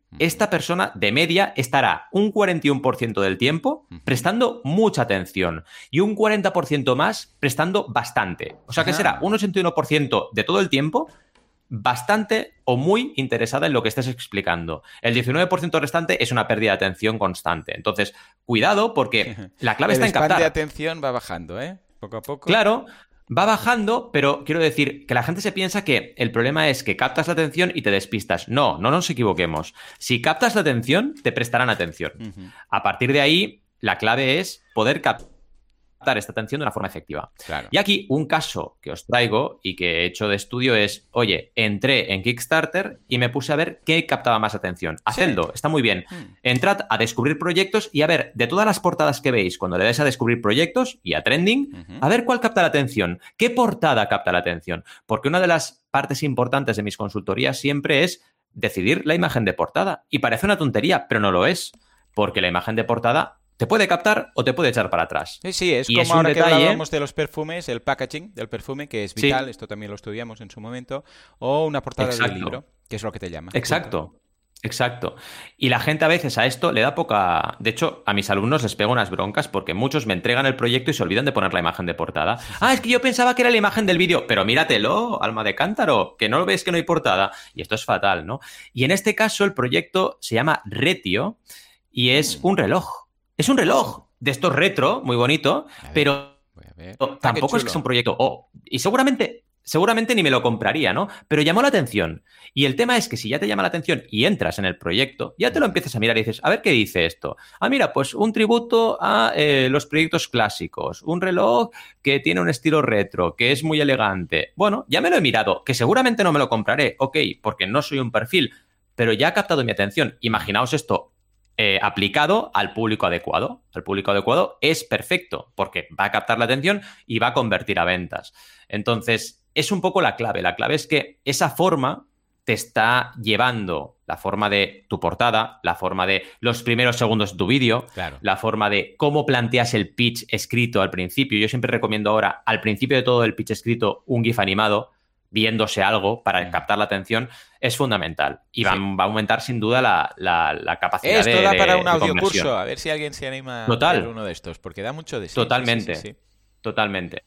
esta persona de media estará un cuarenta y uno por ciento del tiempo prestando mucha atención y un cuarenta por ciento más prestando bastante. O sea que será un ochenta y uno por ciento de todo el tiempo bastante o muy interesada en lo que estés explicando. El diecinueve por ciento restante es una pérdida de atención constante. Entonces, cuidado porque la clave está en captar. El span de atención va bajando, ¿eh? Poco a poco. Claro. Va bajando, pero quiero decir que la gente se piensa que el problema es que captas la atención y te despistas. No, no nos equivoquemos. Si captas la atención, te prestarán atención. Uh-huh. A partir de ahí, la clave es poder captar esta atención de una forma efectiva. Claro. Y aquí un caso que os traigo y que he hecho de estudio es, oye, entré en Kickstarter y me puse a ver qué captaba más atención. Hacedlo, sí. Está muy bien. Mm. Entrad a descubrir proyectos y a ver, de todas las portadas que veis, cuando le des a descubrir proyectos y a trending, uh-huh. a ver cuál capta la atención. ¿Qué portada capta la atención? Porque una de las partes importantes de mis consultorías siempre es decidir la imagen de portada. Y parece una tontería, pero no lo es. Porque la imagen de portada te puede captar o te puede echar para atrás. Sí, sí, es y como es ahora detalle... que hablábamos de los perfumes, el packaging del perfume, que es vital, sí. Esto también lo estudiamos en su momento, o una portada Exacto. del libro, que es lo que te llama. Exacto. Exacto. Y la gente a veces a esto le da poca... De hecho, a mis alumnos les pego unas broncas porque muchos me entregan el proyecto y se olvidan de poner la imagen de portada. Ah, es que yo pensaba que era la imagen del vídeo, pero míratelo, alma de cántaro, que no ves que no hay portada. Y esto es fatal, ¿no? Y en este caso el proyecto se llama Retio y es un reloj. Es un reloj de estos retro, muy bonito, ver, pero tampoco es que sea un proyecto... Oh, y seguramente... Seguramente ni me lo compraría, ¿no? Pero llamó la atención. Y el tema es que si ya te llama la atención y entras en el proyecto, ya te lo empiezas a mirar y dices, a ver qué dice esto. Ah, mira, pues un tributo a eh, los proyectos clásicos. Un reloj que tiene un estilo retro, que es muy elegante. Bueno, ya me lo he mirado, que seguramente no me lo compraré, ok, porque no soy un perfil, pero ya ha captado mi atención. Imaginaos esto eh, aplicado al público adecuado. Al público adecuado es perfecto, porque va a captar la atención y va a convertir a ventas. Entonces... es un poco la clave. La clave es que esa forma te está llevando, la forma de tu portada, la forma de los primeros segundos de tu vídeo, claro. La forma de cómo planteas el pitch escrito al principio. Yo siempre recomiendo ahora, al principio de todo el pitch escrito, un GIF animado, viéndose algo para mm. captar la atención, es fundamental. Y va, sí. va a aumentar sin duda la, la, la capacidad Esto de da para de, un audiocurso. A ver si alguien se anima Total. a ver uno de estos, porque da mucho de sí. Totalmente. Sí, sí, sí, sí. Totalmente.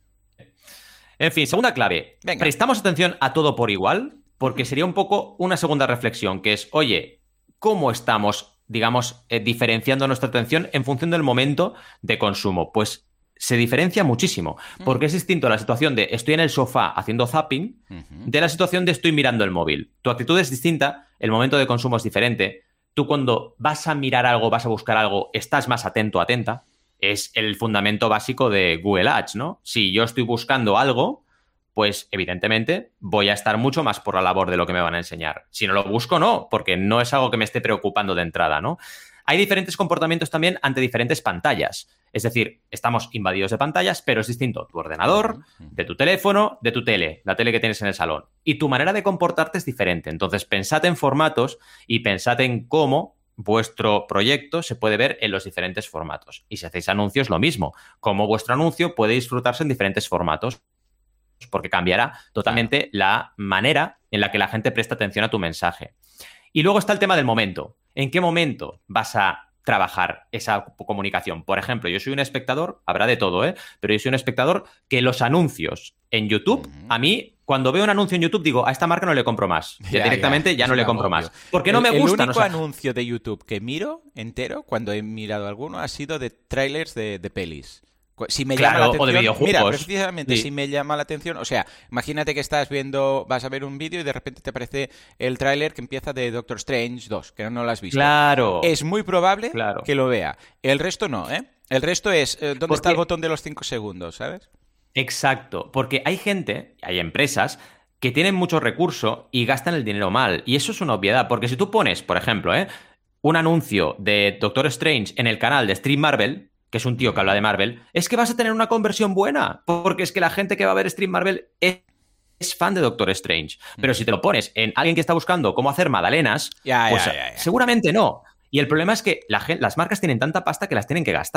En fin, segunda clave. Venga. ¿Prestamos atención a todo por igual? Porque sería un poco una segunda reflexión, que es, oye, ¿cómo estamos, digamos, eh, diferenciando nuestra atención en función del momento de consumo? Pues se diferencia muchísimo, porque es distinto a la situación de estoy en el sofá haciendo zapping de la situación de estoy mirando el móvil. Tu actitud es distinta, el momento de consumo es diferente. Tú cuando vas a mirar algo, vas a buscar algo, estás más atento, atenta. Es el fundamento básico de Google Ads, ¿no? Si yo estoy buscando algo, pues evidentemente voy a estar mucho más por la labor de lo que me van a enseñar. Si no lo busco, no, porque no es algo que me esté preocupando de entrada, ¿no? Hay diferentes comportamientos también ante diferentes pantallas. Es decir, estamos invadidos de pantallas, pero es distinto tu ordenador, de tu teléfono, de tu tele, la tele que tienes en el salón. Y tu manera de comportarte es diferente. Entonces, pensad en formatos y pensad en cómo vuestro proyecto se puede ver en los diferentes formatos. Y si hacéis anuncios, lo mismo. Cómo vuestro anuncio puede disfrutarse en diferentes formatos, porque cambiará totalmente la manera en la que la gente presta atención a tu mensaje. Y luego está el tema del momento. ¿En qué momento vas a trabajar esa comunicación? Por ejemplo, yo soy un espectador, habrá de todo, ¿eh? Pero yo soy un espectador que los anuncios en YouTube, uh-huh. a mí, cuando veo un anuncio en YouTube, digo, a esta marca no le compro más. Ya, directamente ya, ya no le compro obvio. más. Porque no me el, gusta. El único no, anuncio de YouTube que miro entero, cuando he mirado alguno, ha sido de trailers de, de pelis. Si me claro, llama la atención, o de videojuegos. Mira, precisamente sí. si me llama la atención, o sea, imagínate que estás viendo, vas a ver un vídeo y de repente te aparece el tráiler que empieza de Doctor Strange dos, que no lo has visto. Claro. Es muy probable claro. que lo vea. El resto no, ¿eh? El resto es, eh, ¿dónde porque... está el botón de los cinco segundos, sabes? Exacto, porque hay gente, hay empresas que tienen mucho recurso y gastan el dinero mal. Y eso es una obviedad, porque si tú pones, por ejemplo, ¿eh? un anuncio de Doctor Strange en el canal de Stream Marvel, que es un tío que habla de Marvel, es que vas a tener una conversión buena, porque es que la gente que va a ver Stream Marvel es, es fan de Doctor Strange. Pero si te lo pones en alguien que está buscando cómo hacer magdalenas, ya, pues ya, ya, ya. seguramente no. Y el problema es que la gente, las marcas tienen tanta pasta que las tienen que gastar.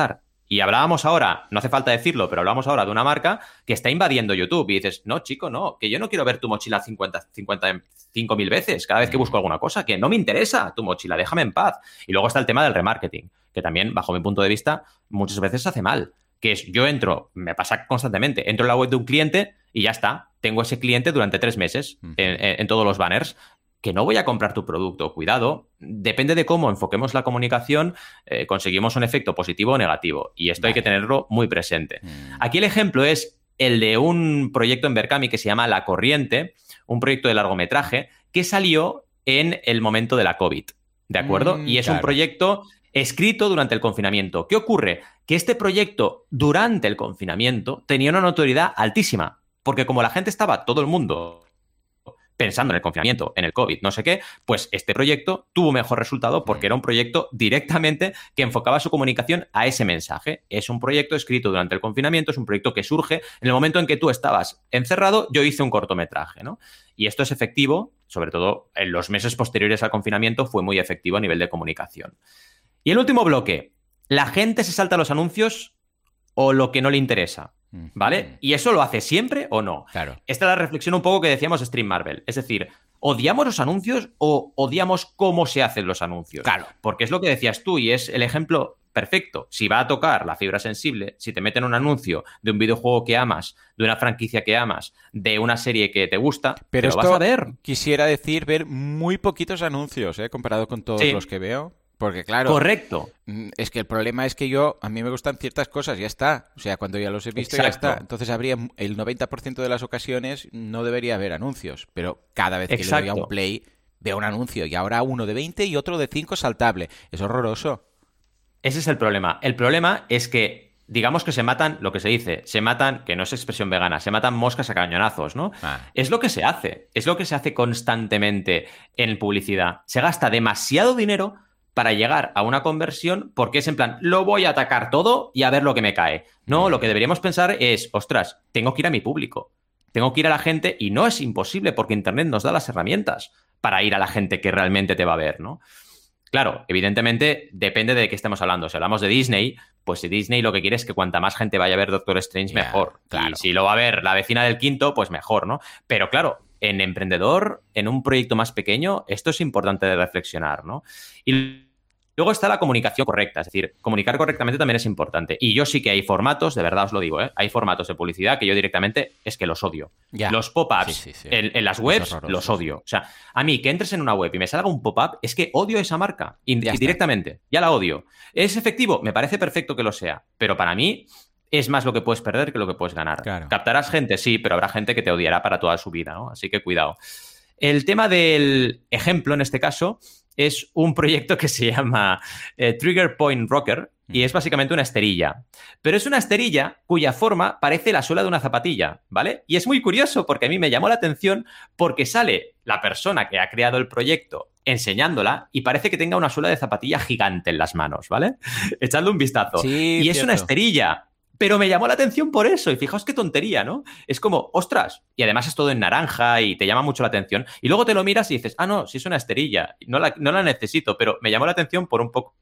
Y hablábamos ahora, no hace falta decirlo, pero hablamos ahora de una marca que está invadiendo YouTube. Y dices, no, chico, no, que yo no quiero ver tu mochila cincuenta, cincuenta y cinco mil veces cada vez que busco alguna cosa, que no me interesa tu mochila, déjame en paz. Y luego está el tema del remarketing, que también, bajo mi punto de vista, muchas veces se hace mal. Que es, yo entro, me pasa constantemente, entro en la web de un cliente y ya está. Tengo ese cliente durante tres meses en, en, en todos los banners. Que no voy a comprar tu producto. Cuidado, depende de cómo enfoquemos la comunicación, eh, conseguimos un efecto positivo o negativo. Y esto vale. Hay que tenerlo muy presente. Mm. Aquí el ejemplo es el de un proyecto en Berkami que se llama La Corriente, un proyecto de largometraje que salió en el momento de la COVID, ¿de acuerdo? Mm, y es claro. un proyecto escrito durante el confinamiento. ¿Qué ocurre? Que este proyecto, durante el confinamiento, tenía una notoriedad altísima, porque como la gente estaba, todo el mundo... pensando en el confinamiento, en el COVID, no sé qué, pues este proyecto tuvo mejor resultado porque era un proyecto directamente que enfocaba su comunicación a ese mensaje. Es un proyecto escrito durante el confinamiento, es un proyecto que surge en el momento en que tú estabas encerrado, yo hice un cortometraje, ¿no? Y esto es efectivo, sobre todo en los meses posteriores al confinamiento, fue muy efectivo a nivel de comunicación. Y el último bloque, ¿la gente se salta los anuncios o lo que no le interesa? ¿Vale? ¿Y eso lo hace siempre o no? Claro. Esta es la reflexión un poco que decíamos de Stream Marvel. Es decir, ¿odiamos los anuncios o odiamos cómo se hacen los anuncios? Claro. Porque es lo que decías tú y es el ejemplo perfecto. Si va a tocar la fibra sensible, si te meten un anuncio de un videojuego que amas, de una franquicia que amas, de una serie que te gusta, pero lo esto vas a ver. Quisiera decir ver muy poquitos anuncios, ¿eh? Comparado con todos sí. los que veo. Porque claro, correcto. Es que el problema es que yo, a mí me gustan ciertas cosas, ya está. O sea, cuando ya los he visto, Exacto. ya está. Entonces habría el noventa por ciento de las ocasiones no debería haber anuncios. Pero cada vez que Exacto. le doy a un play, veo un anuncio. Y ahora uno de veinte y otro de cinco saltable. Es horroroso. Ese es el problema. El problema es que, digamos que se matan, lo que se dice, se matan, que no es expresión vegana, se matan moscas a cañonazos, ¿no? Ah. Es lo que se hace. Es lo que se hace constantemente en publicidad. Se gasta demasiado dinero para llegar a una conversión porque es en plan, lo voy a atacar todo y a ver lo que me cae. No, lo que deberíamos pensar es, ostras, tengo que ir a mi público, tengo que ir a la gente y no es imposible porque Internet nos da las herramientas para ir a la gente que realmente te va a ver, ¿no? Claro, evidentemente depende de qué estemos hablando. Si hablamos de Disney, pues si Disney lo que quiere es que cuanta más gente vaya a ver Doctor Strange, yeah, mejor. Claro. Y si lo va a ver la vecina del quinto, pues mejor, ¿no? Pero claro, en emprendedor, en un proyecto más pequeño, esto es importante de reflexionar, ¿no? Y luego está la comunicación correcta, es decir, comunicar correctamente también es importante. Y yo sí que hay formatos, de verdad os lo digo, ¿eh? Hay formatos de publicidad que yo directamente es que los odio. Ya. Los pop-ups sí, sí, sí. En, en las webs los odio. O sea, a mí que entres en una web y me salga un pop-up, es que odio esa marca y, y directamente. Ya la odio. ¿Es efectivo? Me parece perfecto que lo sea. Pero para mí es más lo que puedes perder que lo que puedes ganar. Claro. Captarás gente, sí, pero habrá gente que te odiará para toda su vida, ¿no? Así que cuidado. El tema del ejemplo, en este caso, es un proyecto que se llama eh, Trigger Point Rocker y es básicamente una esterilla. Pero es una esterilla cuya forma parece la suela de una zapatilla, ¿vale? Y es muy curioso porque a mí me llamó la atención porque sale la persona que ha creado el proyecto enseñándola y parece que tenga una suela de zapatilla gigante en las manos, ¿vale? Echadle un vistazo. Sí, y es cierto. Una esterilla. Pero me llamó la atención por eso. Y fijaos qué tontería, ¿no? Es como, ostras. Y además es todo en naranja y te llama mucho la atención. Y luego te lo miras y dices, ah, no, sí es una esterilla. No la, no la necesito, pero me llamó la atención por un poco.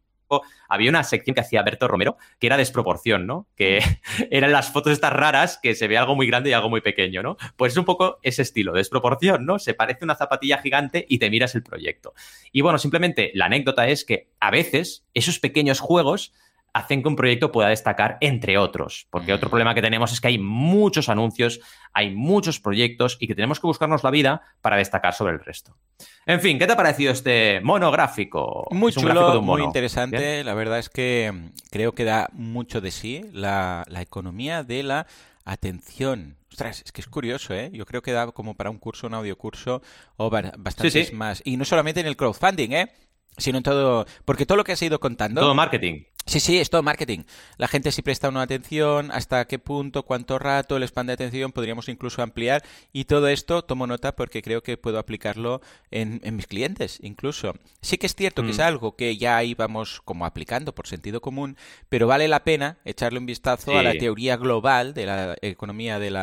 Había una sección que hacía Berto Romero que era desproporción, ¿no? Que eran las fotos estas raras que se ve algo muy grande y algo muy pequeño, ¿no? Pues es un poco ese estilo, desproporción, ¿no? Se parece una zapatilla gigante y te miras el proyecto. Y bueno, simplemente la anécdota es que a veces esos pequeños juegos hacen que un proyecto pueda destacar entre otros. Porque mm. otro problema que tenemos es que hay muchos anuncios, hay muchos proyectos y que tenemos que buscarnos la vida para destacar sobre el resto. En fin, ¿qué te ha parecido este monográfico? Muy chulo, muy interesante. ¿Bien? La verdad es que creo que da mucho de sí la, la economía de la atención. Ostras, es que es curioso, ¿eh? Yo creo que da como para un curso, un audiocurso o bastantes sí, sí. más. Y no solamente en el crowdfunding, ¿eh? Sino en todo... Porque todo lo que has ido contando... Todo marketing. Sí, sí, es todo marketing. La gente sí presta una atención, hasta qué punto, cuánto rato, el span de atención, podríamos incluso ampliar. Y todo esto tomo nota porque creo que puedo aplicarlo en, en mis clientes, incluso. Sí que es cierto mm. que es algo que ya íbamos como aplicando por sentido común, pero vale la pena echarle un vistazo sí. a la teoría global de la economía de la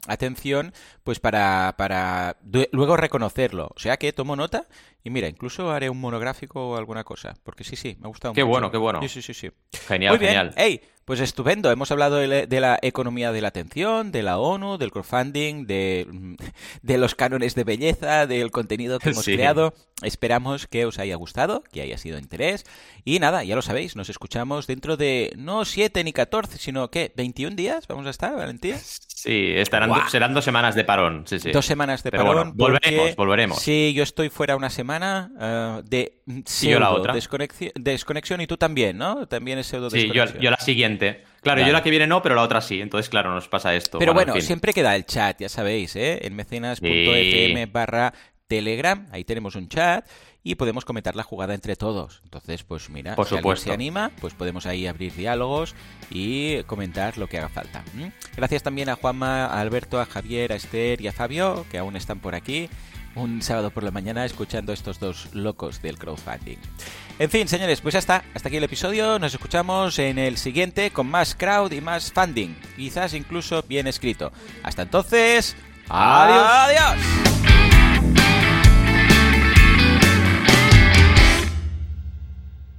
atención, pues para, para luego reconocerlo. O sea que tomo nota y mira, incluso haré un monográfico o alguna cosa, porque sí, sí, me ha gustado qué mucho. Qué bueno, qué bueno. Sí, sí, sí, sí. Genial, Muy bien. genial. Hey, pues estupendo. Hemos hablado de, de la economía de la atención, de la ONU, del crowdfunding, de, de los cánones de belleza, del contenido que hemos Sí. creado. Esperamos que os haya gustado, que haya sido de interés. Y nada, ya lo sabéis, nos escuchamos dentro de no siete ni catorce, sino ¿qué? ¿veintiún días vamos a estar, Valentín? Sí, estarán Guau. do- serán dos semanas de parón. Sí, sí. Dos semanas de Pero parón. bueno, volveremos, porque, volveremos. Sí, yo estoy fuera una semana uh, de yo la otra. desconexión, desconexión y tú también, ¿no? También es pseudo Sí, yo, desconexión. yo la siguiente. Claro, Vale. yo la que viene no, pero la otra sí. Entonces, claro, nos pasa esto. Pero bueno, en fin. siempre queda el chat, ya sabéis, ¿eh? En mecenas.fm Sí. barra Telegram, ahí tenemos un chat y podemos comentar la jugada entre todos. Entonces, pues mira, Por si alguien supuesto. se anima, pues podemos ahí abrir diálogos y comentar lo que haga falta. ¿Mm? Gracias también a Juanma, a Alberto, a Javier, a Esther y a Fabio, que aún están por aquí, un sábado por la mañana escuchando estos dos locos del crowdfunding. En fin, señores, pues ya está. Hasta aquí el episodio. Nos escuchamos en el siguiente con más crowd y más funding. Quizás incluso bien escrito. Hasta entonces, Adiós. ¡Adiós!